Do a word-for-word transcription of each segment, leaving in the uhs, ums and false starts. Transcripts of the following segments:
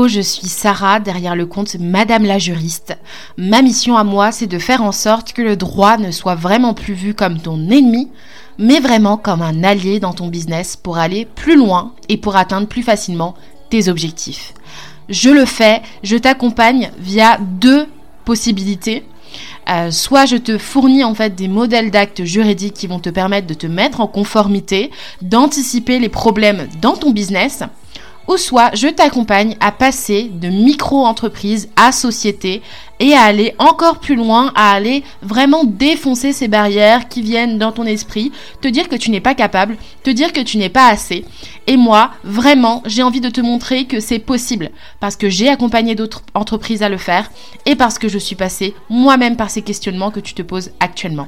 Hello, je suis Sarah, derrière le compte Madame la Juriste. Ma mission à moi, c'est de faire en sorte que le droit ne soit vraiment plus vu comme ton ennemi, mais vraiment comme un allié dans ton business pour aller plus loin et pour atteindre plus facilement tes objectifs. Je le fais, je t'accompagne via deux possibilités. Euh, soit je te fournis en fait des modèles d'actes juridiques qui vont te permettre de te mettre en conformité, d'anticiper les problèmes dans ton business, ou soit je t'accompagne à passer de micro-entreprise à société et à aller encore plus loin, à aller vraiment défoncer ces barrières qui viennent dans ton esprit, te dire que tu n'es pas capable, te dire que tu n'es pas assez. Et moi, vraiment, j'ai envie de te montrer que c'est possible parce que j'ai accompagné d'autres entreprises à le faire et parce que je suis passée moi-même par ces questionnements que tu te poses actuellement.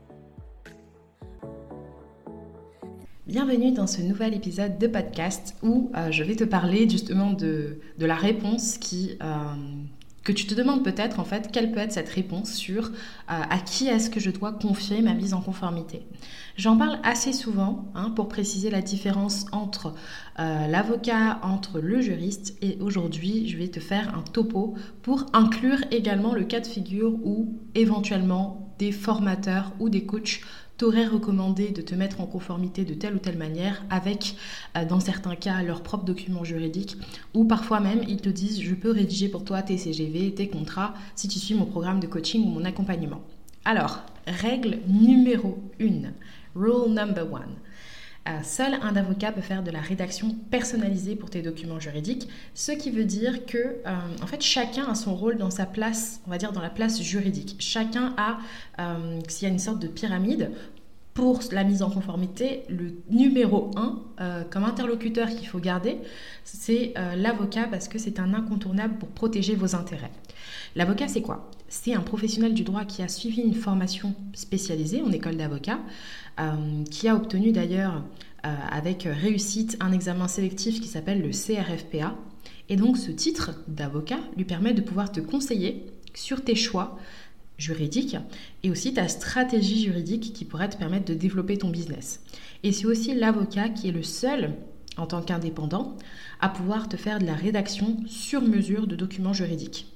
Bienvenue dans ce nouvel épisode de podcast où euh, je vais te parler justement de, de la réponse qui, euh, que tu te demandes peut-être en fait, quelle peut être cette réponse sur euh, à qui est-ce que je dois confier ma mise en conformité. J'en parle assez souvent hein, pour préciser la différence entre euh, l'avocat, entre le juriste et aujourd'hui je vais te faire un topo pour inclure également le cas de figure où éventuellement des formateurs ou des coachs t'aurais recommandé de te mettre en conformité de telle ou telle manière avec, euh, dans certains cas, leurs propres documents juridiques ou parfois même, ils te disent « je peux rédiger pour toi tes C G V, tes contrats si tu suis mon programme de coaching ou mon accompagnement ». Alors, règle numéro une, rule number one. Euh, seul un avocat peut faire de la rédaction personnalisée pour tes documents juridiques, ce qui veut dire que, euh, en fait, chacun a son rôle dans sa place, on va dire dans la place juridique. Chacun a, euh, s'il y a une sorte de pyramide, pour la mise en conformité, le numéro un, euh, comme interlocuteur qu'il faut garder, c'est euh, l'avocat parce que c'est un incontournable pour protéger vos intérêts. L'avocat, c'est quoi ? C'est un professionnel du droit qui a suivi une formation spécialisée en école d'avocat, euh, qui a obtenu d'ailleurs euh, avec réussite un examen sélectif qui s'appelle le C R F P A. Et donc ce titre d'avocat lui permet de pouvoir te conseiller sur tes choix juridiques et aussi ta stratégie juridique qui pourrait te permettre de développer ton business. Et c'est aussi l'avocat qui est le seul, en tant qu'indépendant, à pouvoir te faire de la rédaction sur mesure de documents juridiques.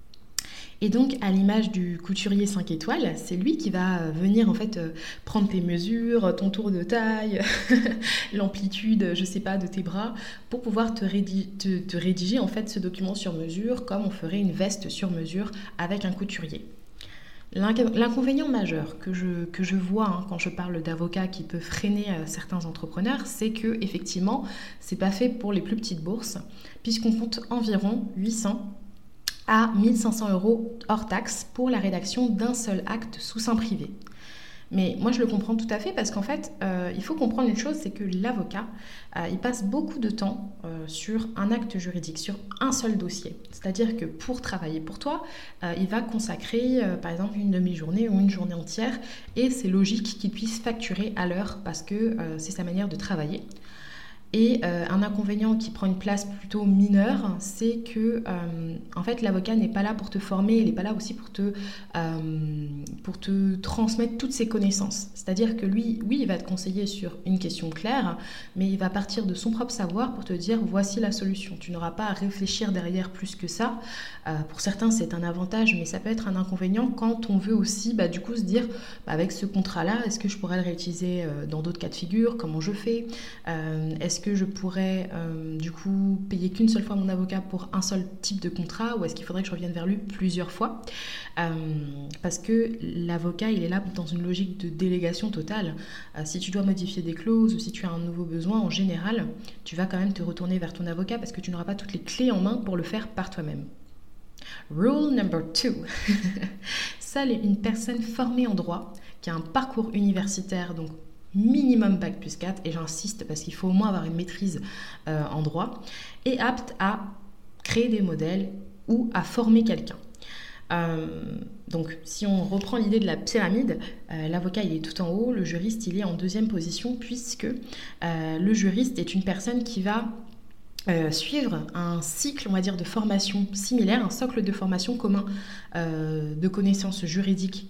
Et donc, à l'image du couturier cinq étoiles, c'est lui qui va venir en fait prendre tes mesures, ton tour de taille, l'amplitude, je sais pas, de tes bras, pour pouvoir te, rédi- te, te rédiger en fait ce document sur mesure, comme on ferait une veste sur mesure avec un couturier. L'inconvénient majeur que je, que je vois hein, quand je parle d'avocats qui peut freiner euh, certains entrepreneurs, c'est que effectivement, c'est pas fait pour les plus petites bourses, puisqu'on compte environ huit cents à mille cinq cents euros hors taxe pour la rédaction d'un seul acte sous seing privé. Mais moi, je le comprends tout à fait parce qu'en fait, euh, il faut comprendre une chose, c'est que l'avocat, euh, il passe beaucoup de temps euh, sur un acte juridique, sur un seul dossier. C'est-à-dire que pour travailler pour toi, euh, il va consacrer, euh, par exemple, une demi-journée ou une journée entière et c'est logique qu'il puisse facturer à l'heure parce que euh, c'est sa manière de travailler. Et euh, un inconvénient qui prend une place plutôt mineure, c'est que euh, en fait, l'avocat n'est pas là pour te former, il n'est pas là aussi pour te, euh, pour te transmettre toutes ses connaissances. C'est-à-dire que lui, oui, il va te conseiller sur une question claire, mais il va partir de son propre savoir pour te dire voici la solution. Tu n'auras pas à réfléchir derrière plus que ça. Euh, pour certains, c'est un avantage, mais ça peut être un inconvénient quand on veut aussi bah, du coup se dire bah, avec ce contrat-là, est-ce que je pourrais le réutiliser euh, dans d'autres cas de figure ? Comment je fais ? euh, Est-ce que je pourrais euh, du coup payer qu'une seule fois mon avocat pour un seul type de contrat ou est-ce qu'il faudrait que je revienne vers lui plusieurs fois euh, parce que l'avocat il est là dans une logique de délégation totale. Euh, si tu dois modifier des clauses ou si tu as un nouveau besoin en général, tu vas quand même te retourner vers ton avocat parce que tu n'auras pas toutes les clés en main pour le faire par toi-même. Rule number two. Seule une personne formée en droit qui a un parcours universitaire, donc minimum bac plus quatre, et j'insiste parce qu'il faut au moins avoir une maîtrise euh, en droit, est apte à créer des modèles ou à former quelqu'un. Euh, donc si on reprend l'idée de la pyramide, euh, l'avocat il est tout en haut, le juriste il est en deuxième position puisque euh, le juriste est une personne qui va Euh, suivre un cycle, on va dire, de formation similaire, un socle de formation commun euh, de connaissances juridiques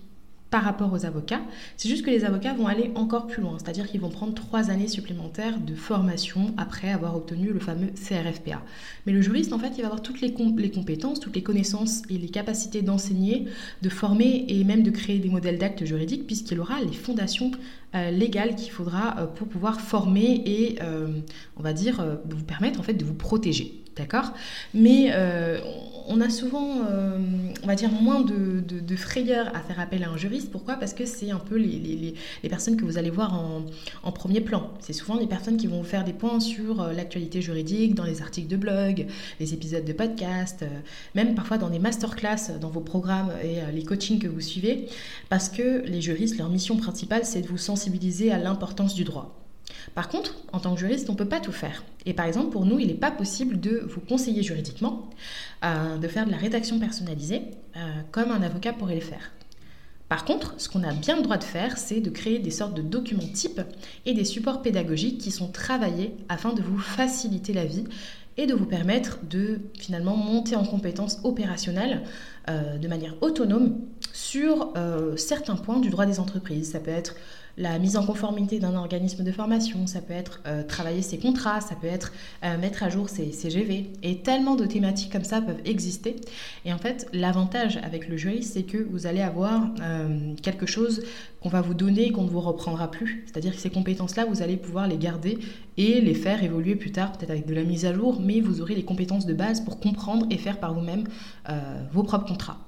par rapport aux avocats. C'est juste que les avocats vont aller encore plus loin, c'est-à-dire qu'ils vont prendre trois années supplémentaires de formation après avoir obtenu le fameux C R F P A. Mais le juriste, en fait, il va avoir toutes les, comp- les compétences, toutes les connaissances et les capacités d'enseigner, de former et même de créer des modèles d'actes juridiques, puisqu'il aura les fondations euh, légales qu'il faudra euh, pour pouvoir former et, euh, on va dire, euh, vous permettre en fait de vous protéger. D'accord ? Mais euh, on a souvent, euh, on va dire, moins de, de, de frayeur à faire appel à un juriste. Pourquoi ? Parce que c'est un peu les, les, les personnes que vous allez voir en, en premier plan. C'est souvent les personnes qui vont vous faire des points sur euh, l'actualité juridique, dans les articles de blog, les épisodes de podcast, euh, même parfois dans des masterclass, dans vos programmes et euh, les coachings que vous suivez. Parce que les juristes, leur mission principale, c'est de vous sensibiliser à l'importance du droit. Par contre, en tant que juriste, on ne peut pas tout faire. Et par exemple, pour nous, il n'est pas possible de vous conseiller juridiquement, euh, de faire de la rédaction personnalisée, euh, comme un avocat pourrait le faire. Par contre, ce qu'on a bien le droit de faire, c'est de créer des sortes de documents types et des supports pédagogiques qui sont travaillés afin de vous faciliter la vie et de vous permettre de finalement monter en compétences opérationnelles euh, de manière autonome sur euh, certains points du droit des entreprises. Ça peut être la mise en conformité d'un organisme de formation, ça peut être euh, travailler ses contrats, ça peut être euh, mettre à jour ses C G V. Et tellement de thématiques comme ça peuvent exister. Et en fait, l'avantage avec le juriste, c'est que vous allez avoir euh, quelque chose qu'on va vous donner et qu'on ne vous reprendra plus. C'est-à-dire que ces compétences-là, vous allez pouvoir les garder et les faire évoluer plus tard, peut-être avec de la mise à jour, mais vous aurez les compétences de base pour comprendre et faire par vous-même euh, vos propres contrats.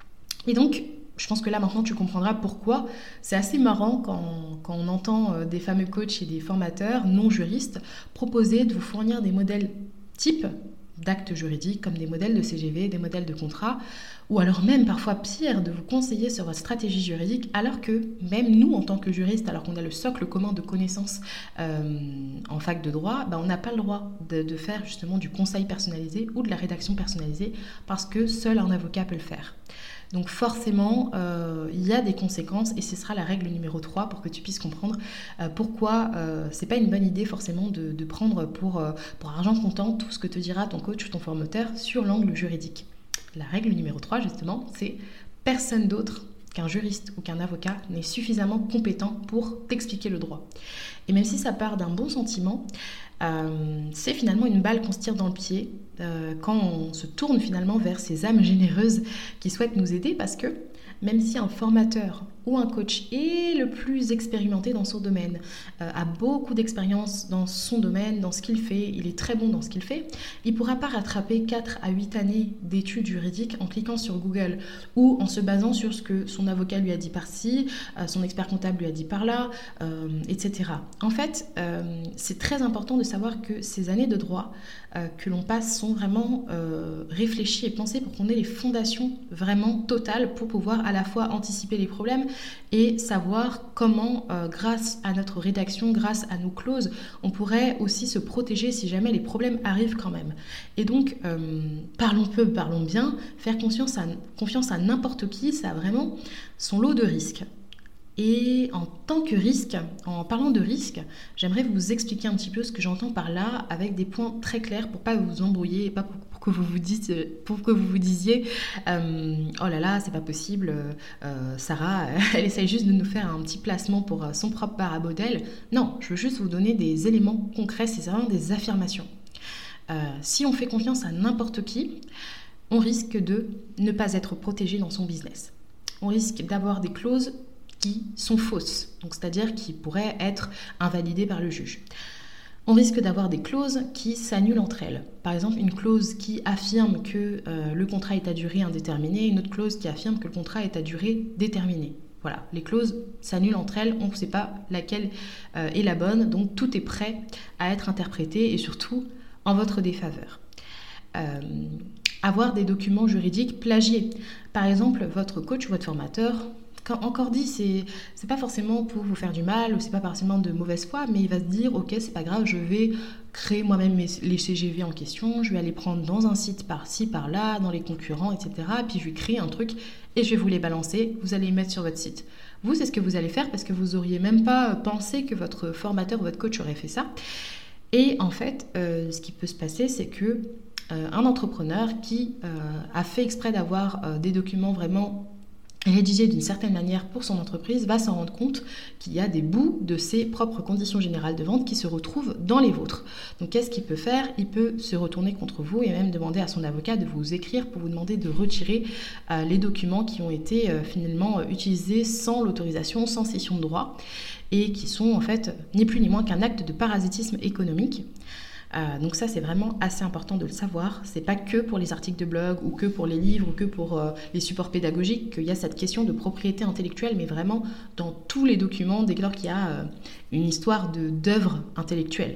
Et donc, je pense que là, maintenant, tu comprendras pourquoi. C'est assez marrant quand, quand on entend des fameux coachs et des formateurs non juristes proposer de vous fournir des modèles types d'actes juridiques, comme des modèles de C G V, des modèles de contrats, ou alors même, parfois pire, de vous conseiller sur votre stratégie juridique, alors que même nous, en tant que juristes, alors qu'on a le socle commun de connaissances euh, en fac de droit, bah, on n'a pas le droit de, de faire justement du conseil personnalisé ou de la rédaction personnalisée, parce que seul un avocat peut le faire. Donc forcément, euh, il y a des conséquences et ce sera la règle numéro trois pour que tu puisses comprendre euh, pourquoi euh, c'est pas une bonne idée forcément de, de prendre pour, euh, pour argent comptant tout ce que te dira ton coach ou ton formateur sur l'angle juridique. La règle numéro trois justement, c'est personne d'autre qu'un juriste ou qu'un avocat n'est suffisamment compétent pour t'expliquer le droit. Et même si ça part d'un bon sentiment, euh, c'est finalement une balle qu'on se tire dans le pied euh, quand on se tourne finalement vers ces âmes généreuses qui souhaitent nous aider, parce que même si un formateur ou un coach est le plus expérimenté dans son domaine, euh, a beaucoup d'expérience dans son domaine, dans ce qu'il fait, il est très bon dans ce qu'il fait, il ne pourra pas rattraper quatre à huit années d'études juridiques en cliquant sur Google ou en se basant sur ce que son avocat lui a dit par-ci, euh, son expert comptable lui a dit par-là, euh, et cetera. En fait, euh, c'est très important de savoir que ces années de droit euh, que l'on passe sont vraiment euh, réfléchies et pensées pour qu'on ait les fondations vraiment totales pour pouvoir à la fois anticiper les problèmes et savoir comment, euh, grâce à notre rédaction, grâce à nos clauses, on pourrait aussi se protéger si jamais les problèmes arrivent quand même. Et donc, euh, parlons peu, parlons bien, faire confiance à, confiance à n'importe qui, ça a vraiment son lot de risques. Et en tant que risque, en parlant de risque, j'aimerais vous expliquer un petit peu ce que j'entends par là avec des points très clairs pour pas vous embrouiller et pas pour, pour que vous vous dites, pour que vous vous disiez euh, oh là là, c'est pas possible, euh, Sarah, elle essaye juste de nous faire un petit placement pour son propre paramodèle. Non, je veux juste vous donner des éléments concrets, c'est vraiment des affirmations. Euh, si on fait confiance à n'importe qui, on risque de ne pas être protégé dans son business. On risque d'avoir des clauses qui sont fausses, donc c'est-à-dire qui pourraient être invalidées par le juge. On risque d'avoir des clauses qui s'annulent entre elles. Par exemple, une clause qui affirme que euh, le contrat est à durée indéterminée, une autre clause qui affirme que le contrat est à durée déterminée. Voilà, les clauses s'annulent entre elles, on ne sait pas laquelle euh, est la bonne, donc tout est prêt à être interprété et surtout en votre défaveur. Euh, avoir des documents juridiques plagiés. Par exemple, votre coach ou votre formateur, quand encore dit, c'est, c'est pas forcément pour vous faire du mal ou c'est pas forcément de mauvaise foi, mais il va se dire ok, c'est pas grave, je vais créer moi-même mes, les C G V en question, je vais aller prendre dans un site par-ci, par-là, dans les concurrents, et cetera. Puis je vais créer un truc et je vais vous les balancer, vous allez les mettre sur votre site. Vous, c'est ce que vous allez faire parce que vous auriez même pas pensé que votre formateur ou votre coach aurait fait ça. Et en fait, euh, ce qui peut se passer, c'est que euh, un entrepreneur qui euh, a fait exprès d'avoir euh, des documents vraiment rédigé d'une certaine manière pour son entreprise va s'en rendre compte qu'il y a des bouts de ses propres conditions générales de vente qui se retrouvent dans les vôtres. Donc qu'est-ce qu'il peut faire ? Il peut se retourner contre vous et même demander à son avocat de vous écrire pour vous demander de retirer euh, les documents qui ont été euh, finalement euh, utilisés sans l'autorisation, sans cession de droit et qui sont en fait ni plus ni moins qu'un acte de parasitisme économique. Euh, donc ça c'est vraiment assez important de le savoir. C'est pas que pour les articles de blog ou que pour les livres ou que pour euh, les supports pédagogiques qu'il y a cette question de propriété intellectuelle, mais vraiment dans tous les documents dès lors qu'il y a euh, une histoire de, d'œuvre intellectuelle.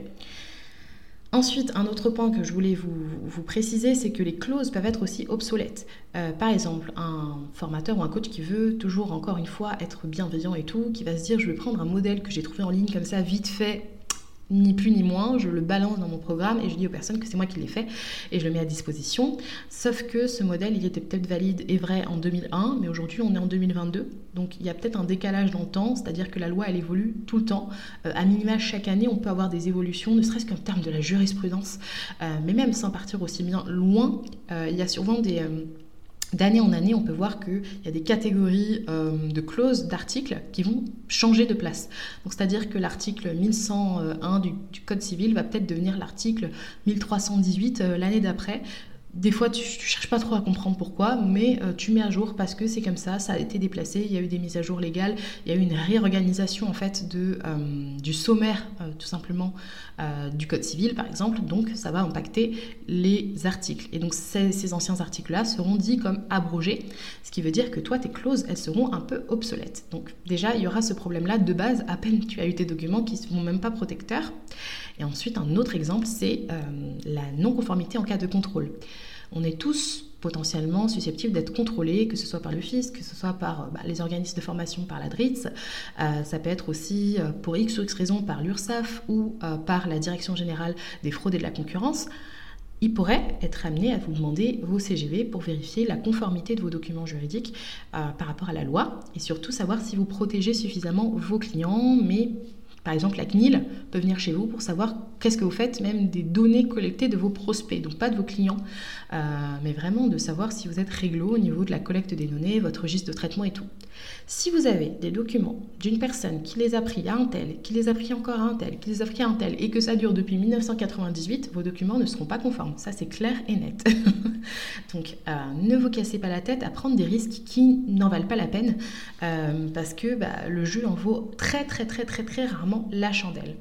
Ensuite, un autre point que je voulais vous, vous préciser, c'est que les clauses peuvent être aussi obsolètes. Euh, par exemple, un formateur ou un coach qui veut toujours, encore une fois, être bienveillant et tout, qui va se dire, je vais prendre un modèle que j'ai trouvé en ligne comme ça, vite fait, ni plus ni moins, je le balance dans mon programme et je dis aux personnes que c'est moi qui l'ai fait et je le mets à disposition. Sauf que ce modèle, il était peut-être valide et vrai en deux mille un, mais aujourd'hui on est en deux mille vingt-deux, donc il y a peut-être un décalage dans le temps, c'est-à-dire que la loi elle évolue tout le temps. Euh, à minima chaque année, on peut avoir des évolutions, ne serait-ce qu'en termes de la jurisprudence, euh, mais même sans partir aussi bien loin, euh, il y a souvent des... Euh, D'année en année, on peut voir qu'il y a des catégories euh, de clauses, d'articles qui vont changer de place. Donc, c'est-à-dire que l'article mille cent un du, du Code civil va peut-être devenir l'article mille trois cent dix-huit euh, l'année d'après. Des fois, tu ne cherches pas trop à comprendre pourquoi, mais euh, tu mets à jour parce que c'est comme ça, ça a été déplacé, il y a eu des mises à jour légales, il y a eu une réorganisation en fait de, euh, du sommaire, euh, tout simplement, euh, du Code civil, par exemple. Donc, ça va impacter les articles. Et donc, ces, ces anciens articles-là seront dits comme abrogés, ce qui veut dire que toi, tes clauses, elles seront un peu obsolètes. Donc, déjà, il y aura ce problème-là de base, à peine tu as eu tes documents qui ne sont même pas protecteurs. Et ensuite, un autre exemple, c'est euh, la non-conformité en cas de contrôle. On est tous potentiellement susceptibles d'être contrôlés, que ce soit par le fisc, que ce soit par bah, les organismes de formation, par la D R I T S. Euh, ça peut être aussi, euh, pour X ou X raison, par l'URSSAF ou euh, par la Direction Générale des Fraudes et de la Concurrence. Il pourrait être amené à vous demander vos C G V pour vérifier la conformité de vos documents juridiques euh, par rapport à la loi et surtout savoir si vous protégez suffisamment vos clients, mais... Par exemple, la C N I L peut venir chez vous pour savoir qu'est-ce que vous faites, même des données collectées de vos prospects, donc pas de vos clients, euh, mais vraiment de savoir si vous êtes réglo au niveau de la collecte des données, votre registre de traitement et tout. Si vous avez des documents d'une personne qui les a pris à un tel, qui les a pris encore à un tel, qui les a pris à un tel, et que ça dure depuis mille neuf cent quatre-vingt-dix-huit, vos documents ne seront pas conformes. Ça, c'est clair et net. Donc, euh, ne vous cassez pas la tête à prendre des risques qui n'en valent pas la peine, euh, parce que bah, le jeu en vaut très, très, très, très, très rarement la chandelle.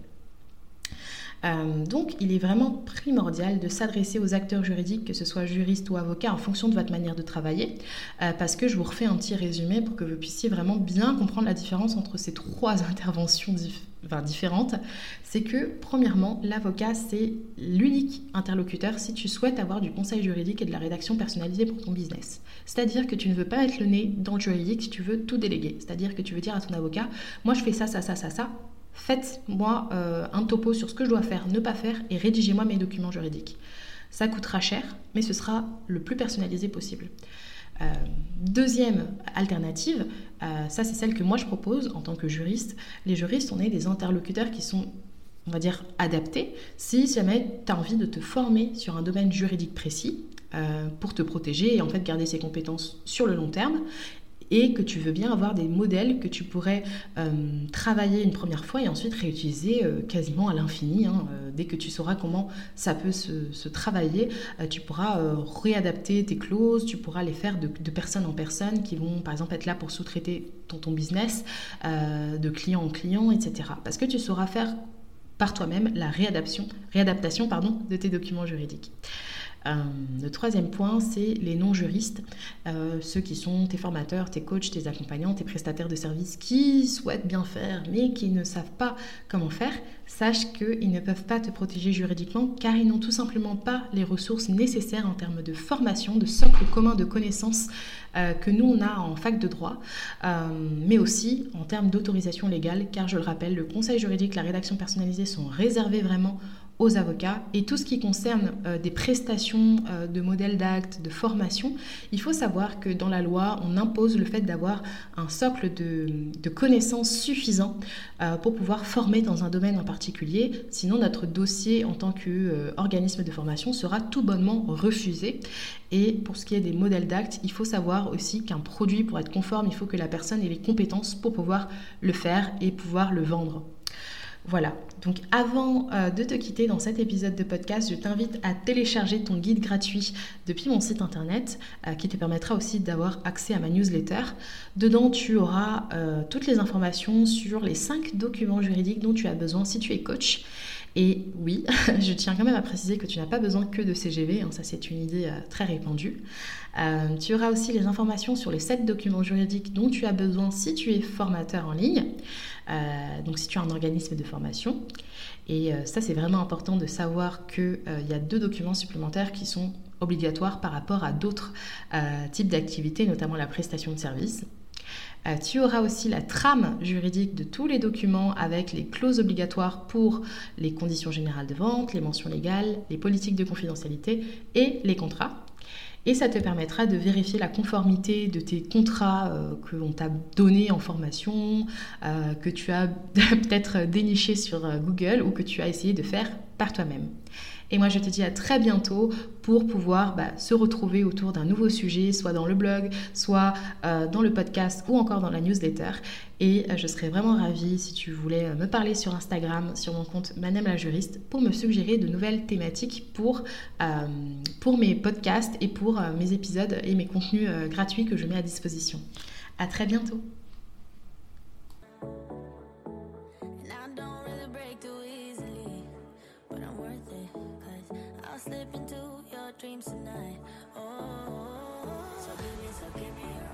Euh, donc, il est vraiment primordial de s'adresser aux acteurs juridiques, que ce soit juristes ou avocats, en fonction de votre manière de travailler, euh, parce que je vous refais un petit résumé pour que vous puissiez vraiment bien comprendre la différence entre ces trois interventions dif- enfin, différentes. C'est que, premièrement, l'avocat, c'est l'unique interlocuteur si tu souhaites avoir du conseil juridique et de la rédaction personnalisée pour ton business. C'est-à-dire que tu ne veux pas mettre le nez dans le juridique, tu veux tout déléguer. C'est-à-dire que tu veux dire à ton avocat, moi je fais ça, ça, ça, ça, ça, faites-moi euh, un topo sur ce que je dois faire, ne pas faire et rédigez-moi mes documents juridiques. Ça coûtera cher, mais ce sera le plus personnalisé possible. Euh, deuxième alternative, euh, ça c'est celle que moi je propose en tant que juriste. Les juristes, on est des interlocuteurs qui sont, on va dire, adaptés. Si jamais tu as envie de te former sur un domaine juridique précis euh, pour te protéger et en fait garder ses compétences sur le long terme, et que tu veux bien avoir des modèles que tu pourrais euh, travailler une première fois et ensuite réutiliser euh, quasiment à l'infini. Hein. Euh, dès que tu sauras comment ça peut se, se travailler, euh, tu pourras euh, réadapter tes clauses, tu pourras les faire de, de personne en personne qui vont par exemple être là pour sous-traiter ton, ton business, euh, de client en client, et cetera. Parce que tu sauras faire par toi-même la réadaptation, réadaptation pardon, de tes documents juridiques. Euh, le troisième point, c'est les non-juristes, euh, ceux qui sont tes formateurs, tes coachs, tes accompagnants, tes prestataires de services qui souhaitent bien faire mais qui ne savent pas comment faire. Sache qu'ils ne peuvent pas te protéger juridiquement car ils n'ont tout simplement pas les ressources nécessaires en termes de formation, de socle commun de connaissances euh, que nous on a en fac de droit, euh, mais aussi en termes d'autorisation légale car je le rappelle, le conseil juridique, la rédaction personnalisée sont réservés vraiment aux avocats. Et tout ce qui concerne euh, des prestations euh, de modèles d'actes, de formation, il faut savoir que dans la loi, on impose le fait d'avoir un socle de, de connaissances suffisant euh, pour pouvoir former dans un domaine en particulier. Sinon, notre dossier en tant qu'organisme de formation sera tout bonnement refusé. Et pour ce qui est des modèles d'actes, il faut savoir aussi qu'un produit, pour être conforme, il faut que la personne ait les compétences pour pouvoir le faire et pouvoir le vendre. Voilà, donc avant euh, de te quitter dans cet épisode de podcast, je t'invite à télécharger ton guide gratuit depuis mon site internet euh, qui te permettra aussi d'avoir accès à ma newsletter. Dedans, tu auras euh, toutes les informations sur les cinq documents juridiques dont tu as besoin si tu es coach. Et oui, je tiens quand même à préciser que tu n'as pas besoin que de C G V, hein, ça c'est une idée euh, très répandue. Euh, tu auras aussi les informations sur les sept documents juridiques dont tu as besoin si tu es formateur en ligne, euh, donc si tu as un organisme de formation. Et euh, ça c'est vraiment important de savoir qu'il euh, y a deux documents supplémentaires qui sont obligatoires par rapport à d'autres euh, types d'activités, notamment la prestation de services. Euh, tu auras aussi la trame juridique de tous les documents avec les clauses obligatoires pour les conditions générales de vente, les mentions légales, les politiques de confidentialité et les contrats. Et ça te permettra de vérifier la conformité de tes contrats euh, que l'on t'a donnés en formation, euh, que tu as peut-être déniché sur euh, Google ou que tu as essayé de faire par toi-même. Et moi, je te dis à très bientôt pour pouvoir bah, se retrouver autour d'un nouveau sujet, soit dans le blog, soit euh, dans le podcast ou encore dans la newsletter. Et euh, je serais vraiment ravie si tu voulais me parler sur Instagram, sur mon compte Madame la Juriste, pour me suggérer de nouvelles thématiques pour, euh, pour mes podcasts et pour euh, mes épisodes et mes contenus euh, gratuits que je mets à disposition. À très bientôt. Slip into your dreams tonight. Oh, so give me, so give me your